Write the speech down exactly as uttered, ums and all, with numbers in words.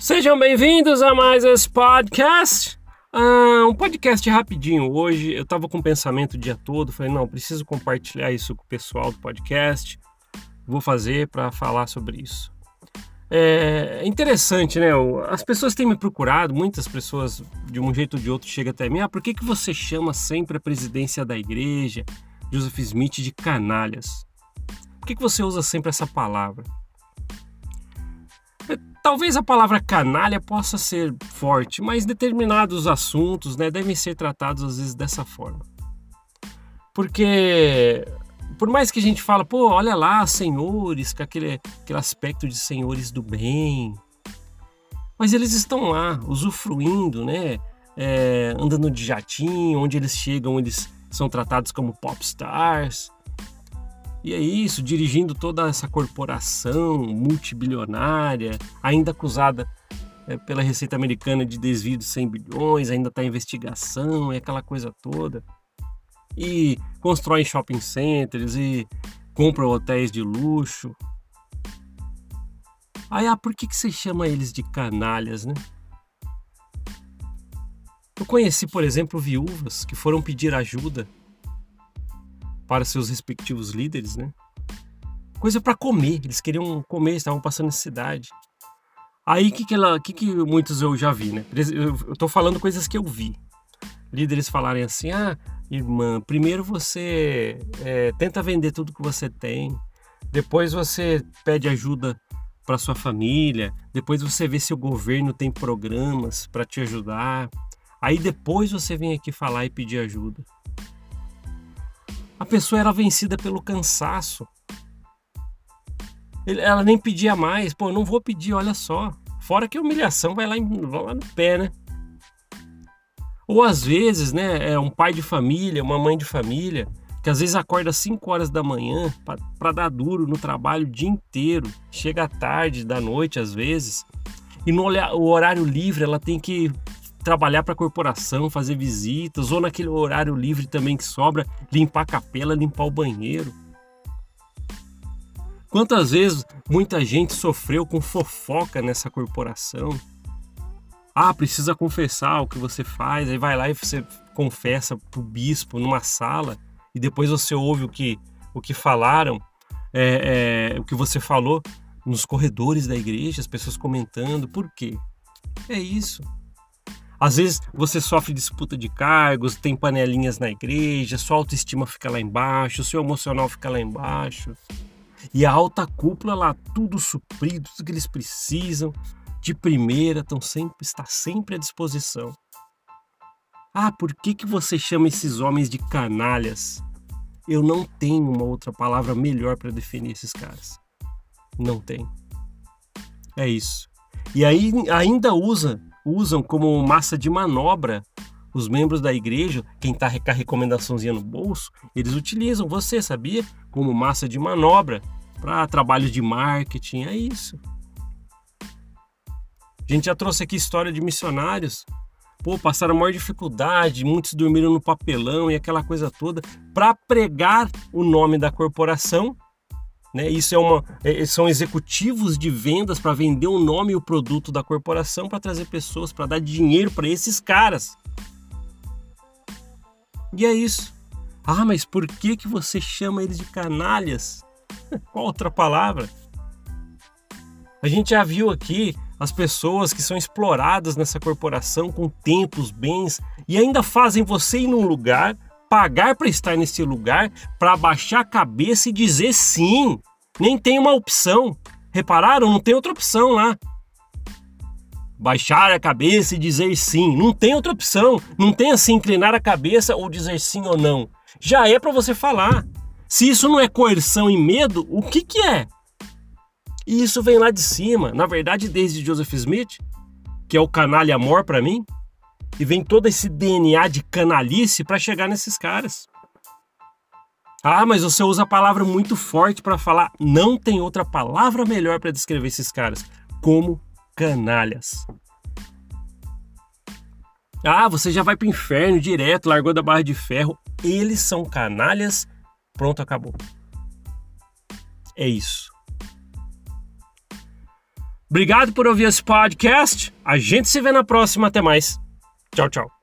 Sejam bem-vindos a mais esse podcast. Ah, um podcast rapidinho. Hoje eu tava com um pensamento o dia todo. Falei, não, preciso compartilhar isso com o pessoal do podcast. Vou fazer para falar sobre isso. É interessante, né? As pessoas têm me procurado, muitas pessoas de um jeito ou de outro chegam até mim. Ah, por que, que você chama sempre a presidência da igreja, Joseph Smith, de canalhas? Por que, que você usa sempre essa palavra? Talvez a palavra canalha possa ser forte, mas determinados assuntos, né, devem ser tratados às vezes dessa forma. Porque, por mais que a gente fala, pô, olha lá, senhores, com aquele, aquele aspecto de senhores do bem, mas eles estão lá, usufruindo, né, é, andando de jatinho, onde eles chegam, eles são tratados como popstars. E é isso, dirigindo toda essa corporação multibilionária, ainda acusada é, pela Receita Americana de desvio de cem bilhões, ainda está em investigação, é aquela coisa toda. E constroem shopping centers e compram hotéis de luxo. Aí, ah, por que, que você chama eles de canalhas, né? Eu conheci, por exemplo, viúvas que foram pedir ajuda para seus respectivos líderes, né? Coisa para comer, eles queriam comer, estavam passando necessidade. Aí que que ela, que que muitos eu já vi, né? Eu, eu tô falando coisas que eu vi. Líderes falarem assim: ah, irmã, primeiro você é, tenta vender tudo que você tem, depois você pede ajuda para sua família, depois você vê se o governo tem programas para te ajudar, aí depois você vem aqui falar e pedir ajuda. A pessoa era vencida pelo cansaço. Ela nem pedia mais. Pô, eu não vou pedir, olha só. Fora que a humilhação vai lá, em, vai lá no pé, né? Ou às vezes, né, é um pai de família, uma mãe de família, que às vezes acorda às cinco horas da manhã para dar duro no trabalho o dia inteiro. Chega à tarde, da noite às vezes. E no horário livre ela tem que trabalhar para a corporação, fazer visitas, ou naquele horário livre também que sobra, limpar a capela, limpar o banheiro. Quantas vezes muita gente sofreu com fofoca nessa corporação? Ah, precisa confessar o que você faz, aí vai lá e você confessa pro bispo numa sala, e depois você ouve o que, o que falaram, é, é, o que você falou nos corredores da igreja, as pessoas comentando. Por quê? É isso. Às vezes você sofre disputa de cargos, tem panelinhas na igreja, sua autoestima fica lá embaixo, seu emocional fica lá embaixo. E a alta cúpula lá, tudo suprido, tudo que eles precisam, de primeira, tão sempre, está sempre à disposição. Ah, por que, que você chama esses homens de canalhas? Eu não tenho uma outra palavra melhor para definir esses caras. Não tem. É isso. E aí ainda usa... usam como massa de manobra os membros da igreja, quem está com a recomendaçãozinha no bolso, eles utilizam você, sabia? Como massa de manobra para trabalhos de marketing, é isso. A gente já trouxe aqui história de missionários, pô, passaram a maior dificuldade, muitos dormiram no papelão e aquela coisa toda, para pregar o nome da corporação. Né? Isso é uma, é, são executivos de vendas para vender o nome e o produto da corporação, para trazer pessoas, para dar dinheiro para esses caras. E é isso. Ah, mas por que, que você chama eles de canalhas? Qual outra palavra? A gente já viu aqui as pessoas que são exploradas nessa corporação com templos, bens, e ainda fazem você ir num lugar, pagar para estar nesse lugar, para abaixar a cabeça e dizer sim. Nem tem uma opção. Repararam? Não tem outra opção lá. Baixar a cabeça e dizer sim. Não tem outra opção. Não tem assim, inclinar a cabeça ou dizer sim ou não. Já é para você falar. Se isso não é coerção e medo, o que que é? E isso vem lá de cima. Na verdade, desde Joseph Smith, que é o canalha amor para mim, e vem todo esse D N A de canalice para chegar nesses caras. Ah, mas você usa a palavra muito forte para falar. Não tem outra palavra melhor para descrever esses caras. Como canalhas. Ah, você já vai pro inferno direto, largou da barra de ferro. Eles são canalhas. Pronto, acabou. É isso. Obrigado por ouvir esse podcast. A gente se vê na próxima. Até mais. Tchau, tchau.